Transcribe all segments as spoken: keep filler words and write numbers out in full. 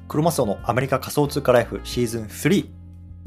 クロマスオのアメリカ仮想通貨ライフシーズンスリー。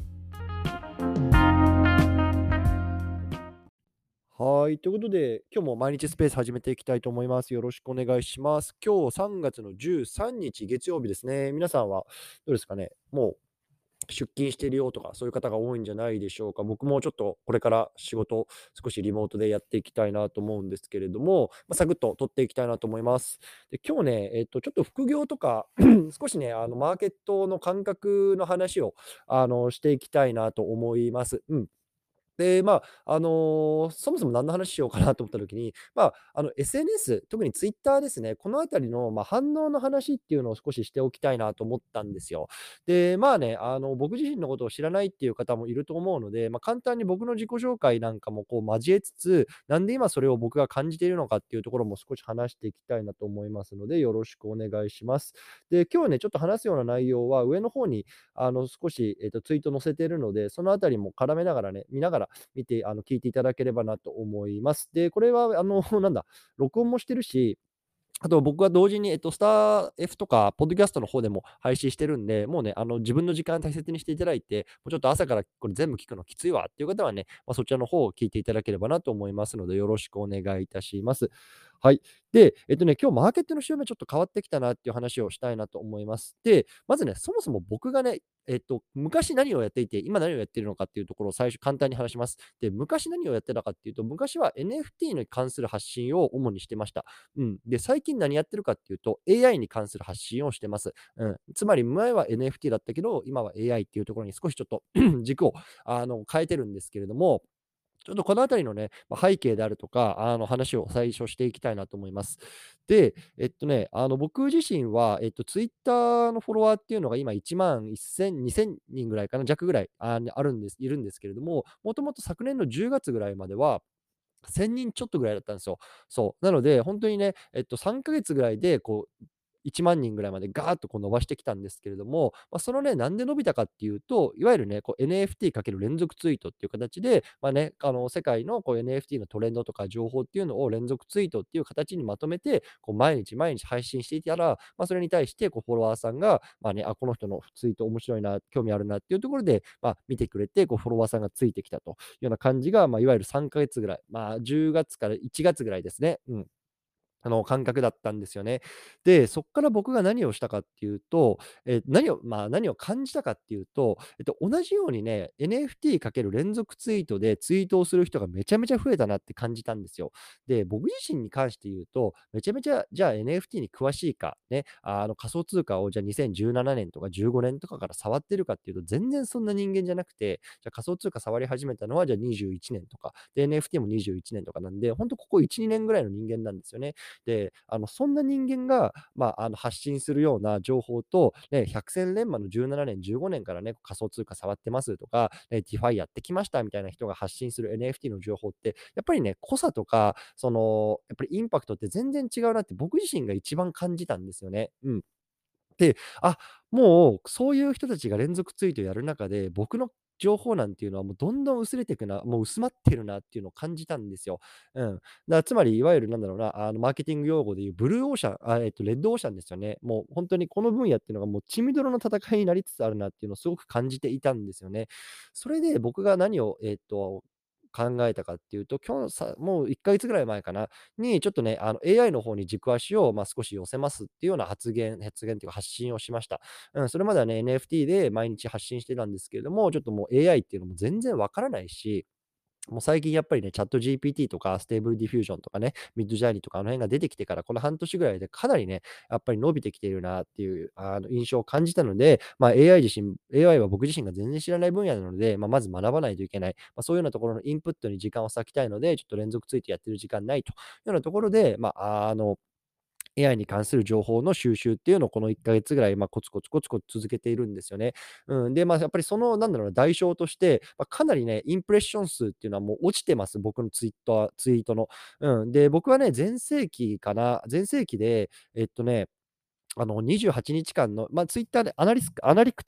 はい。ということで、今日も毎日スペース始めていきたいと思います。よろしくお願いします。今日さんがつのじゅうさんにち月曜日ですね。皆さんはどうですかね。もう出勤してるよとか、そういう方が多いんじゃないでしょうか。僕もちょっとこれから仕事、少しリモートでやっていきたいなと思うんですけれども、まあ、サクッと取っていきたいなと思います。で、今日ね、えっと、ちょっと副業とか少しね、あの、マーケットの感覚の話を、あの、していきたいなと思います。うん。で、まあ、あの、そもそも何の話しようかなと思った時に、まあ、あの、エスエヌエス、特にツイッターですね、このあたりの、まあ、反応の話っていうのを少ししておきたいなと思ったんですよ。で、まあね、あの、僕自身のことを知らないっていう方もいると思うので、まあ、簡単に僕の自己紹介なんかもこう交えつつ、なんで今それを僕が感じているのかっていうところも少し話していきたいなと思いますので、よろしくお願いします。で、今日はね、ちょっと話すような内容は上の方に、あの、少し、えっと、ツイート載せているので、そのあたりも絡めながらね、見ながら見て、あの、聞いていただければなと思います。で、これは、あの、なんだ、録音もしてるし、あと僕は同時に、えっと、スター F とか、ポッドキャストの方でも配信してるんで、もうね、あの、自分の時間大切にしていただいて、もうちょっと朝からこれ全部聞くのきついわっていう方はね、まあ、そちらの方を聞いていただければなと思いますので、よろしくお願いいたします。はい。で、えっとね、今日マーケットの潮目ちょっと変わってきたなっていう話をしたいなと思います。で、まずね、そもそも僕がね、えっと、昔何をやっていて、今何をやっているのかっていうところを最初簡単に話します。で、昔何をやってたかっていうと、昔は エヌエフティー に関する発信を主にしてました。うん。で、最近何やってるかっていうと、エーアイ に関する発信をしてます。うん。つまり前は エヌエフティー だったけど、今は エーアイ っていうところに少しちょっと軸をあの変えてるんですけれども、ちょっとこのあたりのね、まあ、背景であるとか、あの話を最初していきたいなと思います。で、えっとね、あの僕自身は、えっと、ツイッターのフォロワーっていうのが今いちまんせん、にせんにんぐらいかな、弱ぐらいああるんです、いるんですけれども、もともと昨年のじゅうがつぐらいまでは、せんにんちょっとぐらいだったんですよ。そう。なので、本当にね、えっと、さんかげつぐらいで、こう、いちまん人ぐらいまでガーッとこう伸ばしてきたんですけれども、まあ、そのね、なんで伸びたかっていうと、いわゆるね、こう エヌエフティー かける連続ツイートっていう形で、まあね、あの、世界のこう エヌエフティー のトレンドとか情報っていうのを連続ツイートっていう形にまとめて、こう毎日毎日配信していたら、まあ、それに対してこうフォロワーさんが、まあね、あ、この人のツイート面白いな、興味あるなっていうところで、まあ、見てくれて、こうフォロワーさんがついてきたというような感じが、まあ、いわゆるさんかげつぐらい、まあ、じゅうがつからいちがつぐらいですね。うん。あの、感覚だったんですよね。で、そっから僕が何をしたかっていうと、え、何をまあ、何を感じたかっていうと、えっと、同じようにね、エヌエフティー かける連続ツイートでツイートをする人がめちゃめちゃ増えたなって感じたんですよ。で、僕自身に関して言うと、めちゃめちゃ、じゃあ エヌエフティー に詳しいか、ね、あの、仮想通貨をじゃあにせんじゅうななねんとかじゅうごねんとかから触ってるかっていうと、全然そんな人間じゃなくて、じゃあ仮想通貨触り始めたのはじゃあにじゅういちねんとか、で、エヌエフティー もにじゅういちねんとかなんで、ほんとここいち、にねんぐらいの人間なんですよね。で、あの、そんな人間が、まあ、あの、発信するような情報と、ね、百戦錬磨のじゅうななねん、じゅうごねんからね、仮想通貨触ってますとか、ね、ディファイやってきましたみたいな人が発信する エヌエフティー の情報って、やっぱりね、濃さとか、その、やっぱりインパクトって全然違うなって僕自身が一番感じたんですよね。うん。で、あ、もうそういう人たちが連続ツイートやる中で、僕の情報なんていうのはもうどんどん薄れていくな、もう薄まってるなっていうのを感じたんですよ。うん。だからつまりいわゆるなんだろうな、あのマーケティング用語でいうブルーオーシャン、あ、えっとレッドオーシャンですよね。もう本当にこの分野っていうのがもう血みどろの戦いになりつつあるなっていうのをすごく感じていたんですよね。それで僕が何をえっと考えたかっていうと、今日さもういっかげつぐらい前かな、に、ちょっとね、あの、エーアイ の方に軸足を、まあ、少し寄せますっていうような発言発言っていうか発信をしました。うん、それまではね、エヌエフティー で毎日発信してたんですけれども、ちょっともう エーアイ っていうのも全然わからないし、もう最近やっぱりね、チャット ジーピーティー とかステーブルディフュージョンとかね、ミッドジャーニーとかあの辺が出てきてから、この半年ぐらいでかなりね、やっぱり伸びてきているなっていうあの印象を感じたので、まあ、エーアイ 自身、エーアイ は僕自身が全然知らない分野なので、まあ、まず学ばないといけない。まあ、そういうようなところのインプットに時間を割きたいので、ちょっと連続ついてやってる時間ないというようなところで、まあ、あの、エーアイ に関する情報の収集っていうのをこのいっかげつぐらい、まあ、コツコツコツコツ続けているんですよね。うん、で、まあ、やっぱりその、なんだろうな、代償として、まあ、かなりね、インプレッション数っていうのはもう落ちてます、僕のツイッターツイートの。うん、で、僕はね、全盛期かな、全盛期で、えっとね、あの、にじゅうはちにちかんの、まあ、ツイッターでアナリスアナリクト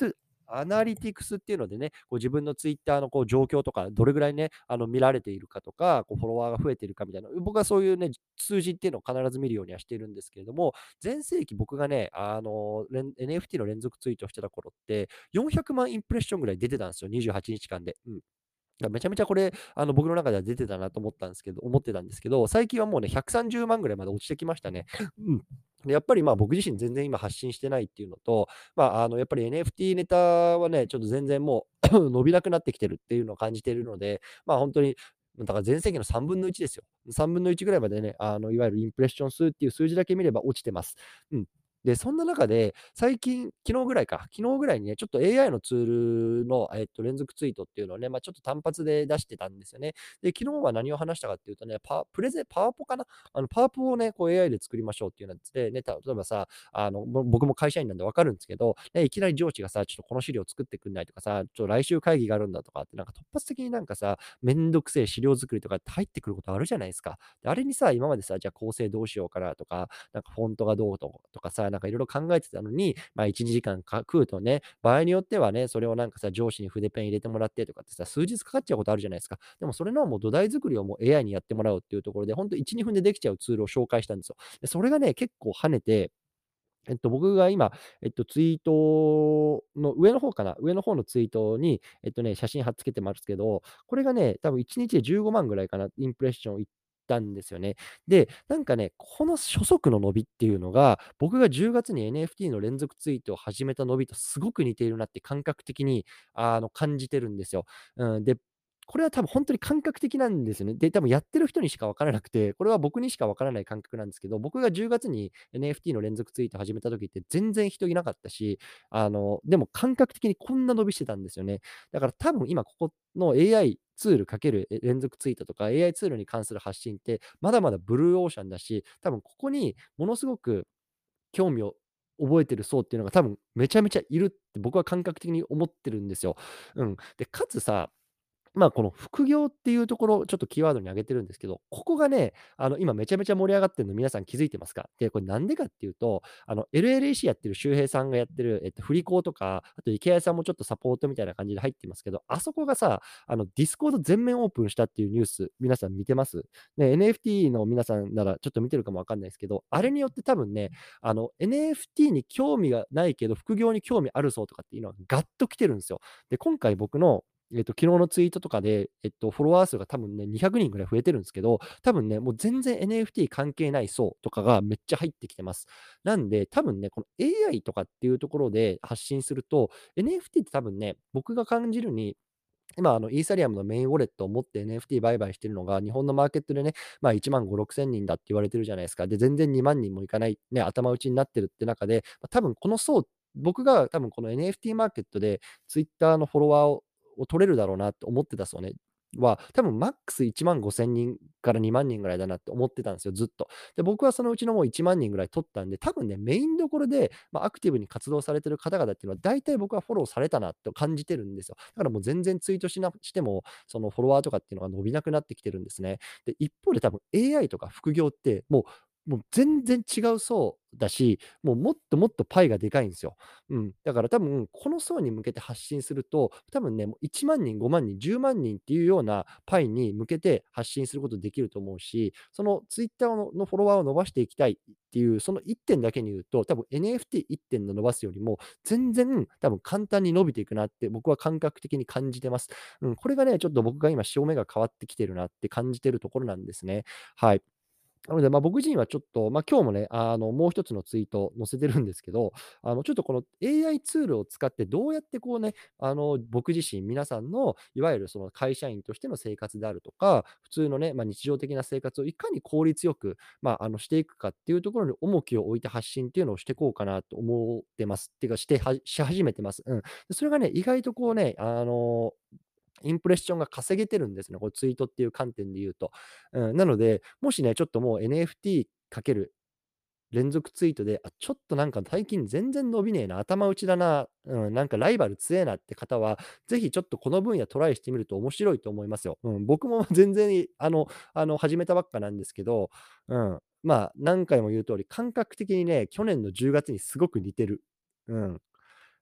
アナリティクスっていうのでね、こう自分のツイッターのこう状況とか、どれぐらいね、あの見られているかとか、こうフォロワーが増えているかみたいな、僕はそういうね、数字っていうのを必ず見るようにはしているんですけれども、全盛期僕がね、あの、連 エヌエフティー の連続ツイートをしてた頃って、よんひゃくまんインプレッションぐらい出てたんですよ、にじゅうはちにちかんで。うん。だめちゃめちゃこれ、あの僕の中では出てたなと思ったんですけど思ってたんですけど、最近はもうね、ひゃくさんじゅうまんぐらいまで落ちてきましたね。うん。で、やっぱりまあ僕自身全然今発信してないっていうのと、まあ、あのやっぱり エヌエフティー ネタはね、ちょっと全然もう伸びなくなってきてるっていうのを感じているので、まあ本当に、だから全盛期のさんぶんのいちですよ。さんぶんのいちぐらいまでね、あのいわゆるインプレッション数っていう数字だけ見れば落ちてます。うん。で、そんな中で、最近、昨日ぐらいか、昨日ぐらいにね、ちょっと エーアイ のツールの、えっと、連続ツイートっていうのをね、まあ、ちょっと単発で出してたんですよね。で、昨日は何を話したかっていうとね、パプレゼパワポかなあの、パワポをね、こう エーアイ で作りましょうっていうやつで、ね、た例えばさ、あの、ぼ僕も会社員なんでわかるんですけど、ね、いきなり上司がさ、ちょっとこの資料作ってくんないとかさ、ちょっと来週会議があるんだとかって、なんか突発的になんかさ、めんどくせえ資料作りとかって入ってくることあるじゃないですか。で、あれにさ、今までさ、じゃあ構成どうしようかなとか、なんかフォントがどうととかさ、なんかいろいろ考えてたのに、まあいち、にじかんか食うとね、場合によってはね、それをなんかさ、上司に筆ペン入れてもらってとかってさ、数日かかっちゃうことあるじゃないですか。でもそれのもう土台作りをもう エーアイ にやってもらうっていうところで、ほんといち、にふんでできちゃうツールを紹介したんですよ。で、それがね、結構跳ねて、えっと、僕が今、えっと、ツイートの上の方かな、上の方のツイートに、えっとね、写真貼っつけてますけど、これがね、多分いちにちでじゅうごまんぐらいかな、インプレッションいったんですよね。で、なんかね、この初速の伸びっていうのが、僕がじゅうがつに エヌエフティー の連続ツイートを始めた伸びとすごく似ているなって感覚的に、あの、感じてるんですよ。うん、で、これは多分本当に感覚的なんですよね。で、多分やってる人にしか分からなくて、これは僕にしか分からない感覚なんですけど、僕がじゅうがつに エヌエフティー の連続ツイート始めた時って全然人いなかったし、あの、でも感覚的にこんな伸びしてたんですよね。だから多分今ここの エーアイ ツールかけるえ連続ツイートとか エーアイ ツールに関する発信ってまだまだブルーオーシャンだし、多分ここにものすごく興味を覚えてる層っていうのが多分めちゃめちゃいるって僕は感覚的に思ってるんですよ。うん。で、かつさ、まあ、この副業っていうところ、ちょっとキーワードに挙げてるんですけど、ここがね、あの、今めちゃめちゃ盛り上がってるの皆さん気づいてますか？で、これなんでかっていうと、あの、エルエルイーシー やってる周平さんがやってる、えっと、振り子とか、あと池谷さんもちょっとサポートみたいな感じで入ってますけど、あそこがさ、あの、ディスコード全面オープンしたっていうニュース、皆さん見てます？ね、エヌエフティー の皆さんならちょっと見てるかもわかんないですけど、あれによって多分ね、あの、エヌエフティー に興味がないけど、副業に興味ある層とかっていうのはガッと来てるんですよ。で、今回僕のえっと、昨日のツイートとかで、えっと、フォロワー数が多分ね、にひゃくにんぐらい増えてるんですけど、多分ね、もう全然 エヌエフティー 関係ない層とかがめっちゃ入ってきてます。なんで、多分ね、この エーアイ とかっていうところで発信すると、エヌエフティー って多分ね、僕が感じるに、今、あの、イーサリアムのメインウォレットを持って エヌエフティー 売買してるのが、日本のマーケットでね、まあ、いちまんご、ろくせんにんだって言われてるじゃないですか。で、全然にまん人もいかない、ね、頭打ちになってるって中で、ま、多分この層、僕が多分この エヌエフティー マーケットで Twitter のフォロワーをを取れるだろうなって思ってた層ね、は、多分マックスいちまんごせん人からにまん人ぐらいだなって思ってたんですよ、ずっと。で、僕はそのうちのもういちまん人ぐらい取ったんで、多分ね、メインどころで、まあ、アクティブに活動されてる方々っていうのは、大体僕はフォローされたなと感じてるんですよ。だからもう全然ツイートしなしても、そのフォロワーとかっていうのが伸びなくなってきてるんですね。で、一方で多分 エーアイ とか副業って、もうもう全然違う層だし、もうもっともっとパイがでかいんですよ。うん。だから多分この層に向けて発信すると、多分ね、もういちまん人、ごまん人、じゅうまん人っていうようなパイに向けて発信することできると思うし、その Twitter ののフォロワーを伸ばしていきたいっていう、そのいってんだけに言うと、多分 エヌエフティーいってんの伸ばすよりも、全然多分簡単に伸びていくなって僕は感覚的に感じてます。うん、これがね、ちょっと僕が今潮目が変わってきてるなって感じてるところなんですね。はい。なので、まあ、僕自身はちょっと、まあ、今日もね、あの、もう一つのツイート載せてるんですけど、あの、ちょっとこの エーアイ ツールを使ってどうやってこうね、あの、僕自身、皆さんのいわゆるその会社員としての生活であるとか、普通のね、まあ、日常的な生活をいかに効率よく、まあ、あの、していくかっていうところに重きを置いて発信っていうのをしていこうかなと思ってます。っていうか、してはし始めてます。うん。でそれがね、意外とこうね、あのインプレッションが稼げてるんですね。これツイートっていう観点で言うと。うん、なので、もしね、ちょっともう エヌエフティー かける連続ツイートで、あ、ちょっとなんか最近全然伸びねえな、頭打ちだな、うん、なんかライバル強えなって方は、ぜひちょっとこの分野トライしてみると面白いと思いますよ。うん、僕も全然あのあの始めたばっかなんですけど、うん、まあ何回も言う通り、感覚的にね、去年のじゅうがつにすごく似てる。うん。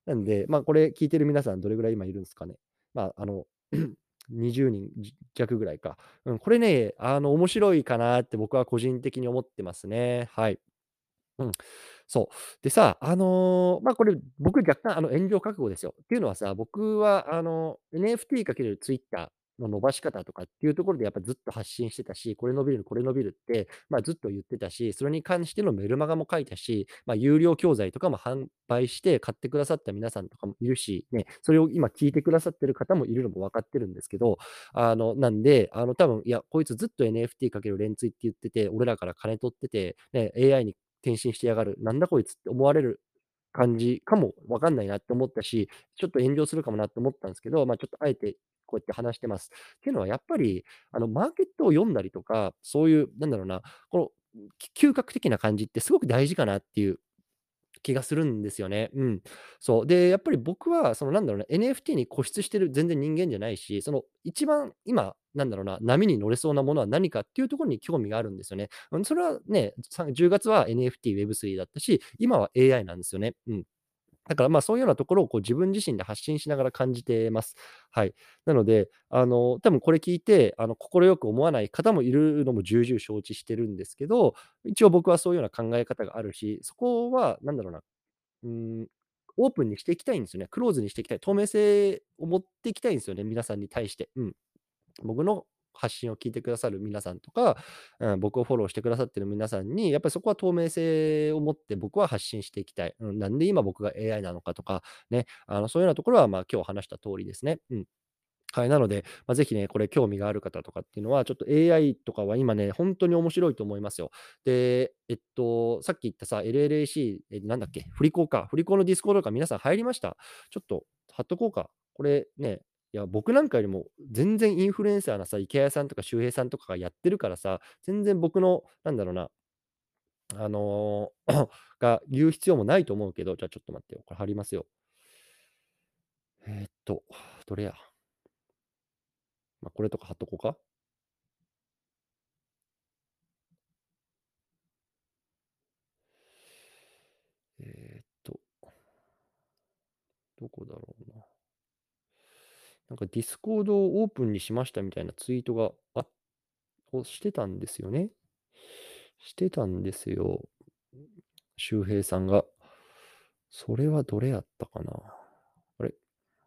なんで、まあ、これ聞いてる皆さんどれぐらい今いるんですかね。まあ、あの、にじゅうにんじ弱ぐらいか。うん、これね、あの、面白いかなって僕は個人的に思ってますね。はい。うん。そう。でさ、あの、ま、これ、僕若干あの、炎上覚悟ですよ。っていうのはさ、僕はあの、エヌエフティー かける Twitter の伸ばし方とかっていうところでやっぱずっと発信してたし、これ伸びる、これ伸びるって、ま、ずっと言ってたし、それに関してのメルマガも書いたし、ま、有料教材とかも販売して買ってくださった皆さんとかもいるし、ね、それを今聞いてくださってる方もいるのも分かってるんですけど、あの、なんで、あの、多分、いや、こいつずっと エヌエフティー かける連追って言ってて、俺らから金取ってて、ね、エーアイ に転身してやがる、なんだこいつって思われる感じかもわかんないなって思ったし、ちょっと炎上するかもなって思ったんですけど、まあ、ちょっとあえてこうやって話してます。っていうのはやっぱり、あの、マーケットを読んだりとか、そういう、なんだろうな、この、き嗅覚的な感じってすごく大事かなっていう気がするんですよね。うん。そう。で、やっぱり僕は、そのなんだろうな、エヌエフティー に固執してる全然人間じゃないし、その一番今、なんだろうな、波に乗れそうなものは何かっていうところに興味があるんですよね。うん、それはね、さじゅうがつは エヌエフティー、ウェブスリー だったし、今は エーアイ なんですよね。うん。だからまあそういうようなところをこう自分自身で発信しながら感じてます。はい。なので、あの、多分これ聞いて、あの、快く思わない方もいるのも重々承知してるんですけど、一応僕はそういうような考え方があるし、そこはなんだろうな、うーん、オープンにしていきたいんですよね。クローズにしていきたい。透明性を持っていきたいんですよね、皆さんに対して。うん。僕の発信を聞いてくださる皆さんとか、うん、僕をフォローしてくださってる皆さんに、やっぱりそこは透明性を持って僕は発信していきたい。うん、なんで今僕が エーアイ なのかとか、ね、あの、そういうようなところは、まあ、今日話した通りですね。うん。はい、なので、まあ、ぜひね、これ興味がある方とかっていうのは、ちょっと エーアイ とかは今ね、本当に面白いと思いますよ。で、えっと、さっき言ったさ、エルエルエーシー、え、なんだっけ、振り子か。振り子のディスコードか皆さん入りました？ちょっと貼っとこうか。これね、いや、僕なんかよりも全然インフルエンサーなさ、池谷さんとか周平さんとかがやってるからさ、全然僕の、なんだろうな、あの、が言う必要もないと思うけど、じゃあちょっと待ってよ。これ貼りますよ。えーっと、どれや。まあ、これとか貼っとこうか。えーっとどこだろうな。なんかディスコードをオープンにしましたみたいなツイートが、あ、をしてたんですよね。してたんですよ。周平さんが。それはどれやったかな。あれ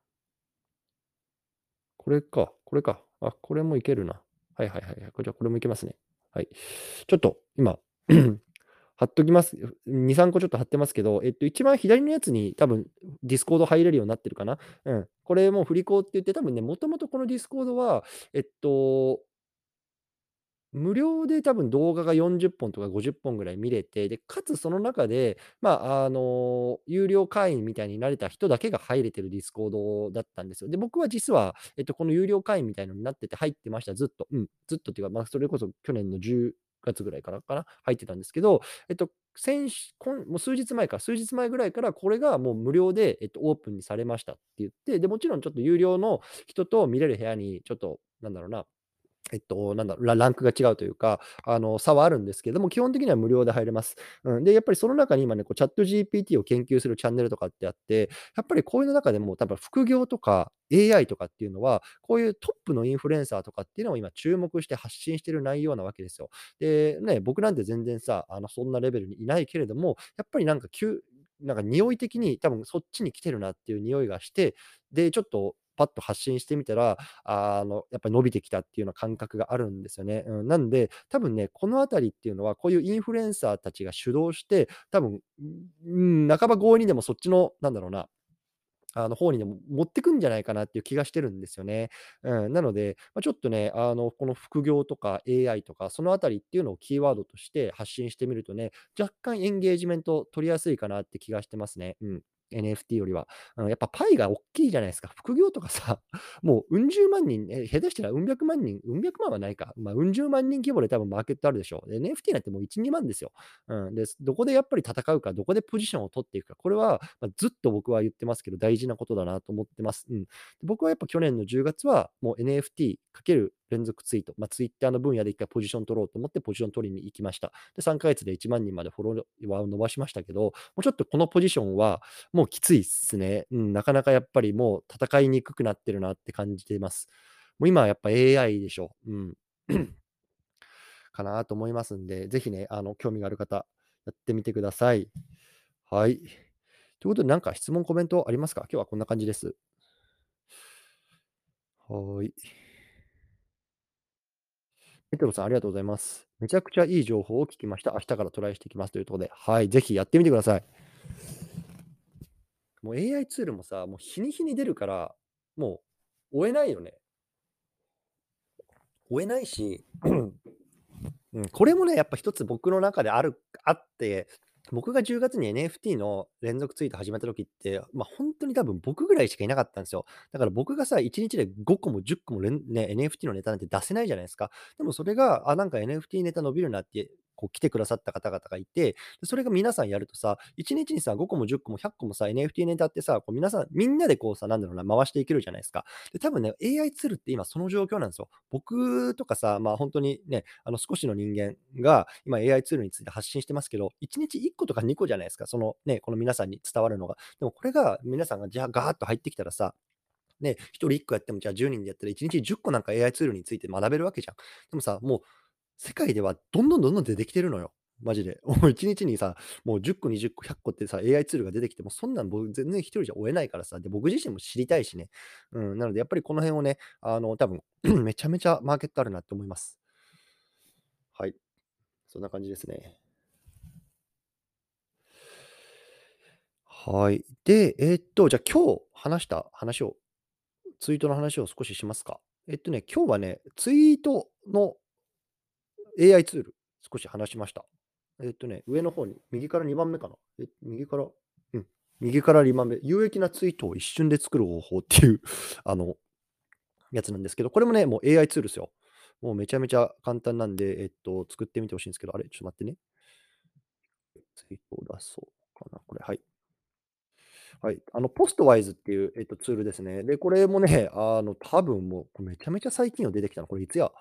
これか。これか。あ、これもいけるな。はいはいはいはい。これじゃあこれもいけますね。はい。ちょっと今貼っときます。に、さんこちょっと貼ってますけど、えっと、一番左のやつに多分ディスコード入れるようになってるかな。うん。これも振り子って言って、多分ね、もともとこのディスコードは、えっと、無料で多分動画がよんじゅっぽんとかごじゅっぽんぐらい見れて、で、かつその中で、まあ、あの、有料会員みたいになれた人だけが入れてるディスコードだったんですよ。で、僕は実は、えっと、この有料会員みたいのになってて入ってました。ずっと。うん。ずっとっていうか、まあ、それこそ去年のじゅうがつぐらいからかな、入ってたんですけど、えっと、先週こんもう数日前か、数日前ぐらいからこれがもう無料で、えっと、オープンにされましたって言って、で、もちろんちょっと有料の人と見れる部屋にちょっと、なんだろうな、えっと、なんだろう、ラランクが違うというか、あの、差はあるんですけども、基本的には無料で入れます。うん。で、やっぱりその中に今ね、こう、チャット ジーピーティー を研究するチャンネルとかってあって、やっぱりこういうの中でも多分副業とか エーアイ とかっていうのは、こういうトップのインフルエンサーとかっていうのを今注目して発信してる内容なわけですよ。で、ね、僕なんて全然さ、あの、そんなレベルにいないけれども、やっぱりなんかきゅなんか匂い的に多分そっちに来てるなっていう匂いがして、で、ちょっとパッと発信してみたら、あの、やっぱり伸びてきたっていうような感覚があるんですよね。うん、なんで、多分ね、このあたりっていうのは、こういうインフルエンサーたちが主導して、多分、うん、半ば強引にでもそっちの、なんだろうな、あの方にでも持ってくんじゃないかなっていう気がしてるんですよね。うん、なので、まあ、ちょっとね、あの、この副業とか エーアイ とか、そのあたりっていうのをキーワードとして発信してみるとね、若干エンゲージメント取りやすいかなって気がしてますね。うん。エヌエフティー よりは。うん、やっぱパイが大きいじゃないですか。副業とかさ、もううん十万人、え、下手したらうん百万人、うん百万はないか。まあ、うん十万人規模で多分マーケットあるでしょう。で エヌエフティー なんてもういち、にまんですよ。うん。で、どこでやっぱり戦うか、どこでポジションを取っていくか、これは、まあ、ずっと僕は言ってますけど、大事なことだなと思ってます。うん。で僕はやっぱ去年のじゅうがつは、もう エヌエフティー かける連続ツイート、まあ、ツイッターの分野で一回ポジション取ろうと思ってポジション取りに行きました。で、さんかげつでいちまん人までフォロワーを伸ばしましたけど、もうちょっとこのポジションは、ももうきついっすね。うん、なかなかやっぱりもう戦いにくくなってるなって感じています。もう今はやっぱ エーアイ でしょ。うん。かなと思いますんで、ぜひね、あの、興味がある方、やってみてください。はい。ということで、なんか質問、コメントありますか？今日はこんな感じです。はーい。メトロさん、ありがとうございます。めちゃくちゃいい情報を聞きました。明日からトライしていきますというところで、はい、ぜひやってみてください。もう エーアイ ツールもさ、もう日に日に出るから、もう追えないよね。追えないし、うん、これもね、やっぱ一つ僕の中であるあって、僕がじゅうがつに エヌエフティー の連続ツイート始めた時って、ま、あ本当に多分僕ぐらいしかいなかったんですよ。だから僕がさ、いちにちでごこもじゅっこもれんね、エヌエフティー のネタなんて出せないじゃないですか。でもそれが、あ、なんか エヌエフティー ネタ伸びるなって、こう来てくださった方々がいて、でそれが皆さんやるとさ、いちにちにさ、ごこもじゅっこもひゃっこもさ、エヌエフティー ネタってさ、こう皆さんみんなでこうさ、なんだろうな、回していけるじゃないですか。で、多分ね、エーアイ ツールって今その状況なんですよ。僕とかさ、まあ、本当にね、あの、少しの人間が今 エーアイ ツールについて発信してますけど、いちにちいっことかにこじゃないですか、そのね、この皆さんに伝わるのが。でもこれが皆さんがじゃあガーッと入ってきたらさ、ね、ひとりいっこやってもじゃあじゅうにんでやったらいちにちじゅっこなんか エーアイ ツールについて学べるわけじゃん。でもさ、もう世界ではどんどんどんどん出てきてるのよ。マジで。もういちにちにさ、もうじゅっこ、にじゅっこ、ひゃっこってさ、エーアイ ツールが出てきても、そんなん僕全然一人じゃ追えないからさ、で、僕自身も知りたいしね。うん、なのでやっぱりこの辺をね、あの、多分めちゃめちゃマーケットあるなって思います。はい、そんな感じですね。はい。で、えーっと、じゃあ今日話した話を、ツイートの話を少ししますか。えっとね、今日はね、ツイートの エーアイ ツール、少し話しました。えっとね、上の方に、右からにばんめかな。え、右から、うん、右からにばんめ、有益なツイートを一瞬で作る方法っていうあの、やつなんですけど、これもね、もう エーアイ ツールですよ。もうめちゃめちゃ簡単なんで、えっと、作ってみてほしいんですけど、あれ、ちょっと待ってね。ツイートを出そうかな、これ。はい。はい。あの、ポストワイズっていう、えっと、ツールですね。で、これもね、あの、多分もう、これめちゃめちゃ最近よ出てきたの。これいつや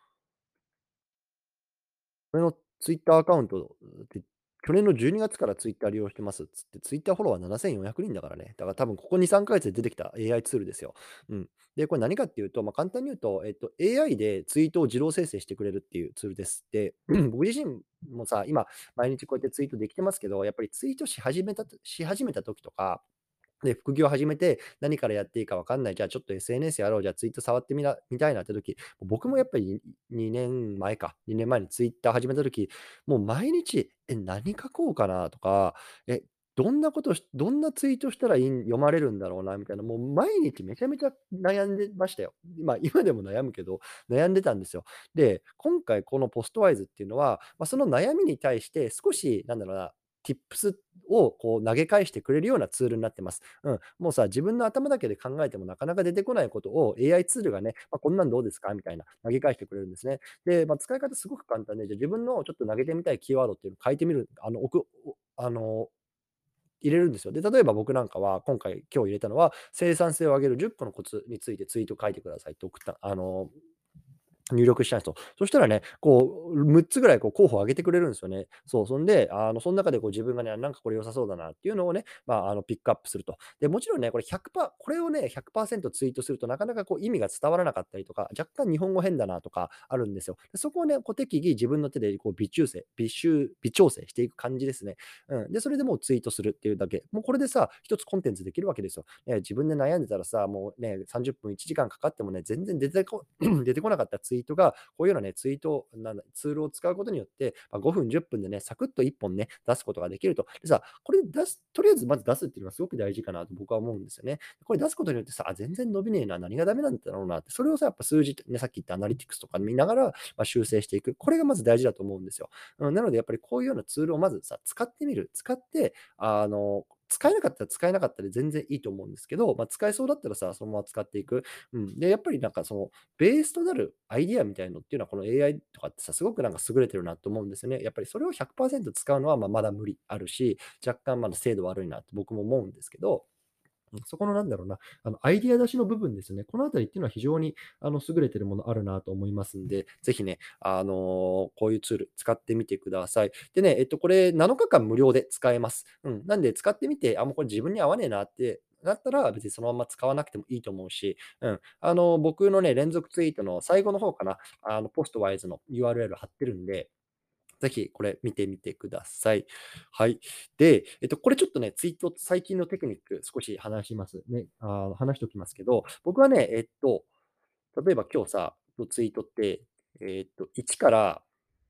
俺のツイッターアカウントで、去年のじゅうにがつからツイッター利用してますっつって、ツイッターフォロワーななせんよんひゃくにんだからね。だから多分ここに、さんかげつで出てきた エーアイ ツールですよ。うん。で、これ何かっていうと、まあ、簡単に言うと、えっと、エーアイ でツイートを自動生成してくれるっていうツールです。で、僕自身もさ、今、毎日こうやってツイートできてますけど、やっぱりツイートし始めたし始めた時とか、で、副業始めて、何からやっていいか分かんない。じゃあちょっと エスエヌエス やろう。じゃあツイート触ってみなみたいなって時、僕もやっぱりにねんまえか、にねんまえにツイッター始めた時、もう毎日、え、何書こうかなとか、え、どんなことしどんなツイートしたらいいん読まれるんだろうなみたいな、もう毎日めちゃめちゃ悩んでましたよ。まあ、今でも悩むけど、悩んでたんですよ。で、今回このポストワイズっていうのは、まあ、その悩みに対して少しなんだろうな、Tips をこう投げ返してくれるようなツールになってます。うん、もうさ、自分の頭だけで考えてもなかなか出てこないことを エーアイ ツールがね、まあ、こんなんどうですかみたいな投げ返してくれるんですね。で、まあ、使い方すごく簡単で、じゃあ自分のちょっと投げてみたいキーワードっていうのを書いてみる、あの、置く、おあの、入れるんですよ。で、例えば僕なんかは、今回、今日入れたのは、生産性を上げるじゅっこのコツについてツイート書いてくださいって送った、あの、入力したんですと。そしたらね、こう、むっつぐらいこう候補を挙げてくれるんですよね。そう、そんで、あの、その中でこう自分がね、なんかこれ良さそうだなっていうのをね、まあ、あの、ピックアップすると。で、もちろんね、これひゃくパーセント、これをね、ひゃくパーセントツイートするとなかなかこう意味が伝わらなかったりとか、若干日本語変だなとかあるんですよ。でそこをね、こう適宜自分の手でこう微調整、微修、微調整していく感じですね。うん。で、それでもうツイートするっていうだけ。もうこれでさ、一つコンテンツできるわけですよ。ね、自分で悩んでたらさ、もうね、さんじゅっぷんいちじかんかかってもね、全然出てこ出てこなかったツイートが、こういうようなね、ツイートなんだ、ツールを使うことによって、まあ、ごふん、じゅっぷんでね、サクッといっぽんね、出すことができると。でさ、これ出す、とりあえずまず出すっていうのがすごく大事かなと僕は思うんですよね。これ出すことによってさ、あ全然伸びねえな、何がダメなんだろうなって、それをさ、やっぱ数字、ね、さっき言ったアナリティクスとか見ながら、まあ、修正していく。これがまず大事だと思うんですよ。うん、なので、やっぱりこういうようなツールをまずさ、使ってみる。使って、あの、使えなかったら使えなかったで全然いいと思うんですけど、まあ、使えそうだったらさ、そのまま使っていく。うん。で、やっぱりなんかその、ベースとなるアイディアみたいのっていうのは、この エーアイ とかってさ、すごくなんか優れてるなと思うんですよね。やっぱりそれをひゃくパーセント使うのは、まあ、まだ無理あるし、若干まだ精度悪いなって僕も思うんですけど、 うん、そこのなんだろうな、あの、アイディア出しの部分ですね。このあたりっていうのは非常に、あの、優れてるものあるなと思いますんで、ぜひね、あの、こういうツール使ってみてください。でね、えっと、これなのかかん無料で使えます。うん。なんで使ってみて、あ、もうこれ自分に合わねえなってなったら、別にそのまま使わなくてもいいと思うし、うん。あの、僕のね、連続ツイートの最後の方かな、あの、ポストワイズの ユーアールエル 貼ってるんで、ぜひこれ見てみてください。はい。で、えっと、これちょっとね、ツイート、最近のテクニック少し話しますね。あー話しておきますけど、僕はね、えっと、例えば今日さ、ツイートって、えっと、いちから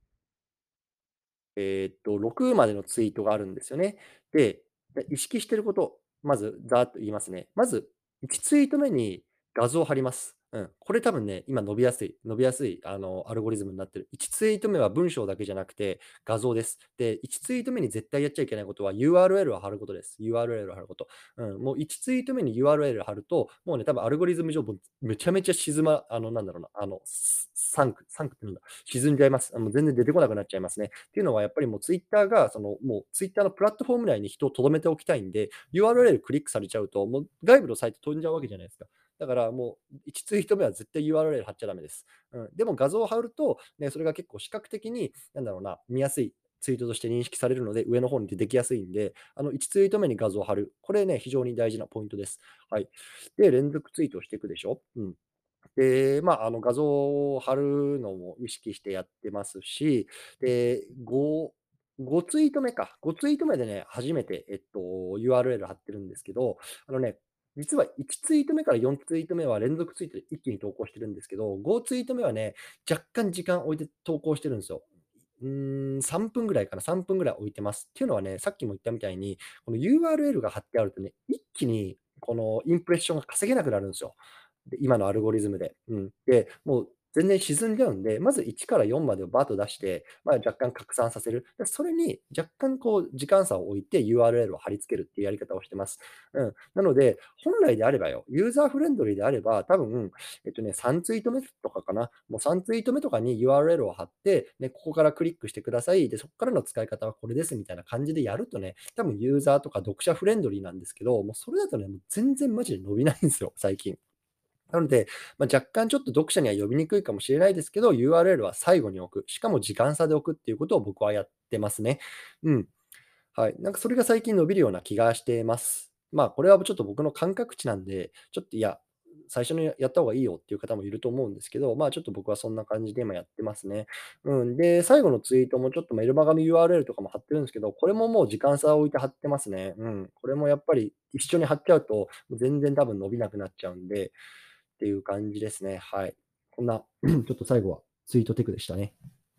えーっと、ろくまでのツイートがあるんですよね。で、で意識してること、まずざーっと言いますね。まず、いちツイート目に画像を貼ります。うん。これ多分ね、今伸びやすい、伸びやすい、あの、アルゴリズムになってる。いちツイート目は文章だけじゃなくて画像です。で、いちツイート目に絶対やっちゃいけないことは ユーアールエル を貼ることです。ユーアールエル を貼ること。うん。もういちツイート目に ユーアールエル 貼ると、もうね、多分アルゴリズム上、もうめちゃめちゃ沈ま、あの、なんだろうな、あの、サンク、サンクってなんだ、沈んじゃいます。あの全然出てこなくなっちゃいますね。っていうのはやっぱりもうツイッターが、そのもうツイッターのプラットフォーム内に人を留めておきたいんで、ユーアールエル クリックされちゃうと、もう外部のサイト飛んじゃうわけじゃないですか。だからもういちツイート目は絶対 ユーアールエル 貼っちゃダメです。うん、でも画像を貼ると、ね、それが結構視覚的に、なんだろうな、見やすいツイートとして認識されるので、上の方に出てきやすいんで、あのいちツイート目に画像を貼る。これね、非常に大事なポイントです。はい。で、連続ツイートをしていくでしょ。うん。で、まあ、あの、画像を貼るのも意識してやってますし、で、ご、ごツイート目か。ごツイート目でね、初めて、えっと、ユーアールエル 貼ってるんですけど、あのね、実はいちツイート目からよんツイート目は連続ツイートで一気に投稿してるんですけど、ごツイート目はね、若干時間置いて投稿してるんですよ。うーん、さんぷんぐらいかな、さんぷんぐらい置いてます。っていうのはね、さっきも言ったみたいに、この ユーアールエル が貼ってあるとね、一気にこのインプレッションが稼げなくなるんですよ。で、今のアルゴリズムで。うん。で、もう全然沈んじゃうんで、まずいちからよんまでをバーッと出して、まあ、若干拡散させる。で、それに若干こう時間差を置いて ユーアールエル を貼り付けるっていうやり方をしてます。うん。なので、本来であればよ、ユーザーフレンドリーであれば、多分、えっとね、さんツイート目とかかな。もうさんツイート目とかに ユーアールエル を貼って、ね、ここからクリックしてください。で、そこからの使い方はこれですみたいな感じでやるとね、多分ユーザーとか読者フレンドリーなんですけど、もうそれだとね、もう全然マジで伸びないんですよ、最近。なので、まあ、若干ちょっと読者には呼びにくいかもしれないですけど、ユーアールエル は最後に置く。しかも時間差で置くっていうことを僕はやってますね。うん。はい。なんかそれが最近伸びるような気がしてます。まあ、これはちょっと僕の感覚値なんで、ちょっといや、最初にやった方がいいよっていう方もいると思うんですけど、まあちょっと僕はそんな感じで今やってますね。うん。で、最後のツイートもちょっとメルマガの ユーアールエル とかも貼ってるんですけど、これももう時間差を置いて貼ってますね。うん。これもやっぱり一緒に貼っちゃうと、全然多分伸びなくなっちゃうんで、っていう感じですね。はい。こんな、ちょっと最後はツイートテクでしたね。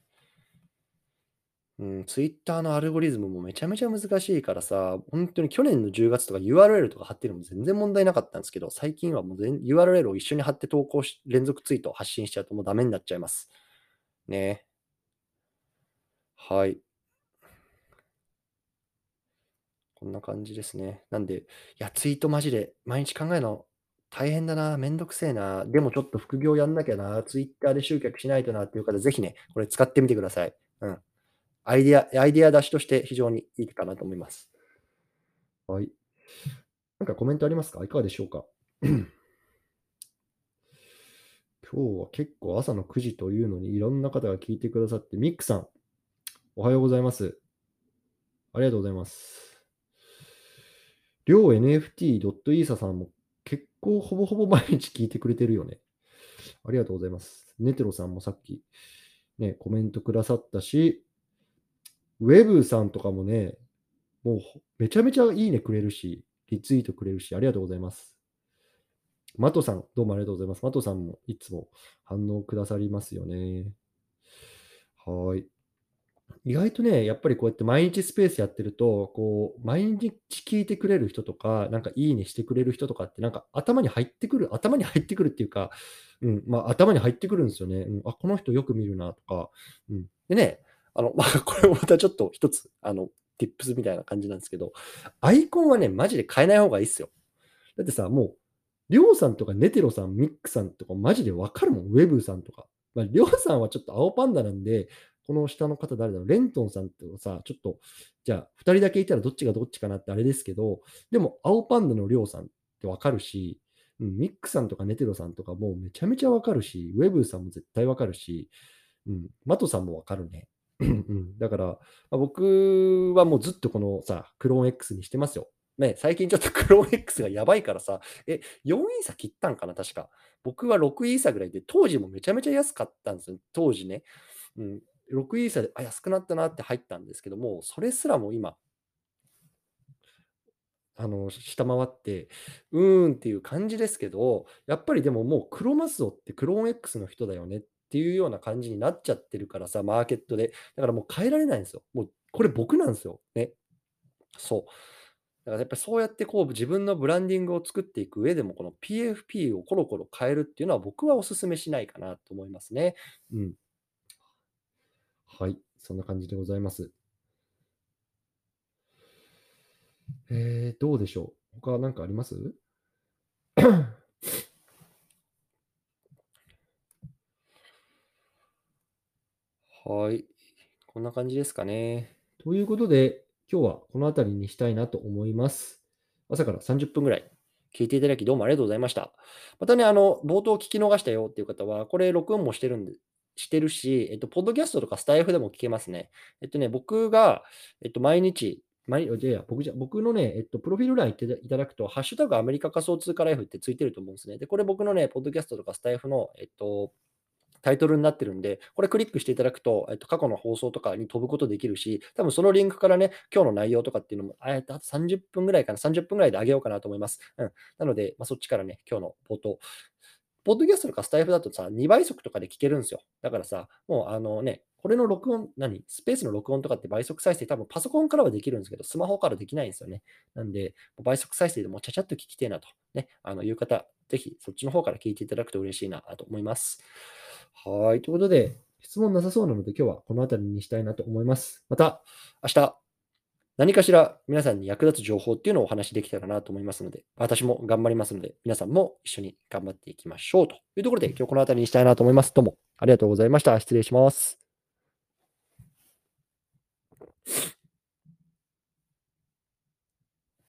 うん、ツイッターのアルゴリズムもめちゃめちゃ難しいからさ、本当に去年のじゅうがつとか ユーアールエル とか貼ってるのも全然問題なかったんですけど、最近はもう全 ユーアールエル を一緒に貼って投稿し、連続ツイートを発信しちゃうともうダメになっちゃいます。ね。はい。こんな感じですね。なんで、いや、ツイートマジで毎日考えるの大変だな、めんどくせえな、でもちょっと副業やんなきゃな、ツイッターで集客しないとなっていう方、ぜひね、これ使ってみてください。うん。アイデアアイデア出しとして非常にいいかなと思います。はい。なんかコメントありますか？いかがでしょうか？今日は結構朝のくじというのにいろんな方が聞いてくださって、ミックさん、おはようございます。ありがとうございます。両 エヌエフティードットイーサ さんも結構ほぼほぼ毎日聞いてくれてるよね。ありがとうございます。ネテロさんもさっきね、コメントくださったし、ウェブさんとかもね、もうめちゃめちゃいいねくれるし、リツイートくれるし、ありがとうございます。マトさん、どうもありがとうございます。マトさんもいつも反応くださりますよね。はい。意外とね、やっぱりこうやって毎日スペースやってると、こう、毎日聞いてくれる人とか、なんかいいねしてくれる人とかって、なんか頭に入ってくる、頭に入ってくるっていうか、うん、まあ頭に入ってくるんですよね。うん、あ、この人よく見るなとか。うん。でね、あの、まあ、これもまたちょっと一つ、あの、tips みたいな感じなんですけど、アイコンはね、マジで変えない方がいいっすよ。だってさ、もう、りょうさんとかネテロさん、ミックさんとかマジでわかるもん、ウェブさんとか。まあ、りょうさんはちょっと青パンダなんで、この下の方誰だろう、レントンさんってさ、ちょっと、じゃあ、ふたりだけいたらどっちがどっちかなってあれですけど、でも、青パンダのりょうさんっってわかるし、うん、ミックさんとかネテロさんとかもうめちゃめちゃわかるし、ウェブさんも絶対わかるし、うん、マトさんもわかるね。うん、だから、まあ、僕はもうずっとこのさ、クローン X にしてますよ。ね、最近ちょっとクローン X がやばいからさ、え、よんイーサ切ったんかな、確か。僕はろくイーサぐらいで、当時もめちゃめちゃ安かったんですよ、当時ね。うん、ろくイーサで、あ、安くなったなって入ったんですけども、それすらも今、あの、下回って、うーんっていう感じですけど、やっぱりでももうクロマスオってクローン X の人だよねっていうような感じになっちゃってるからさ、マーケットで。だからもう変えられないんですよ。もうこれ僕なんですよ。ね。そう。だからやっぱりそうやってこう自分のブランディングを作っていく上でも、この ピーエフピー をコロコロ変えるっていうのは僕はお勧めしないかなと思いますね。うん。はい。そんな感じでございます。えー、どうでしょう。他何かありますはい。こんな感じですかね。ということで、今日はこの辺りにしたいなと思います。朝からさんじゅっぷんぐらい聞いていただきどうもありがとうございました。またね、あの、冒頭聞き逃したよっていう方は、これ録音もしてるんで、してるし、えっと、ポッドキャストとかスタイフでも聞けますね。えっとね、僕が、えっと、毎日、毎日、いや、僕じゃ、僕のね、えっと、プロフィール欄行っていただくと、ハッシュタグアメリカ仮想通貨ライフってついてると思うんですね。で、これ僕のね、ポッドキャストとかスタイフの、えっと、タイトルになってるんで、これクリックしていただくと、えっと、過去の放送とかに飛ぶことできるし、多分そのリンクからね、今日の内容とかっていうのも、えっと、あとさんじゅっぷんぐらいかな、さんじゅっぷんぐらいで上げようかなと思います。うん。なので、まあ、そっちからね、今日の冒頭。ポッドキャストとかスタイフだとさ、にばい速とかで聞けるんですよ。だからさ、もうあのね、これの録音、何スペースの録音とかって倍速再生、多分パソコンからはできるんですけど、スマホからできないんですよね。なんで、倍速再生でもちゃちゃっと聞きてえなと、ね、あのいう方、ぜひそっちの方から聞いていただくと嬉しいなと思います。はい。ということで、質問なさそうなので、今日はこの辺りにしたいなと思います。また、明日、何かしら皆さんに役立つ情報っていうのをお話しできたらなと思いますので、私も頑張りますので、皆さんも一緒に頑張っていきましょうというところで、今日この辺りにしたいなと思います。どうもありがとうございました。失礼します。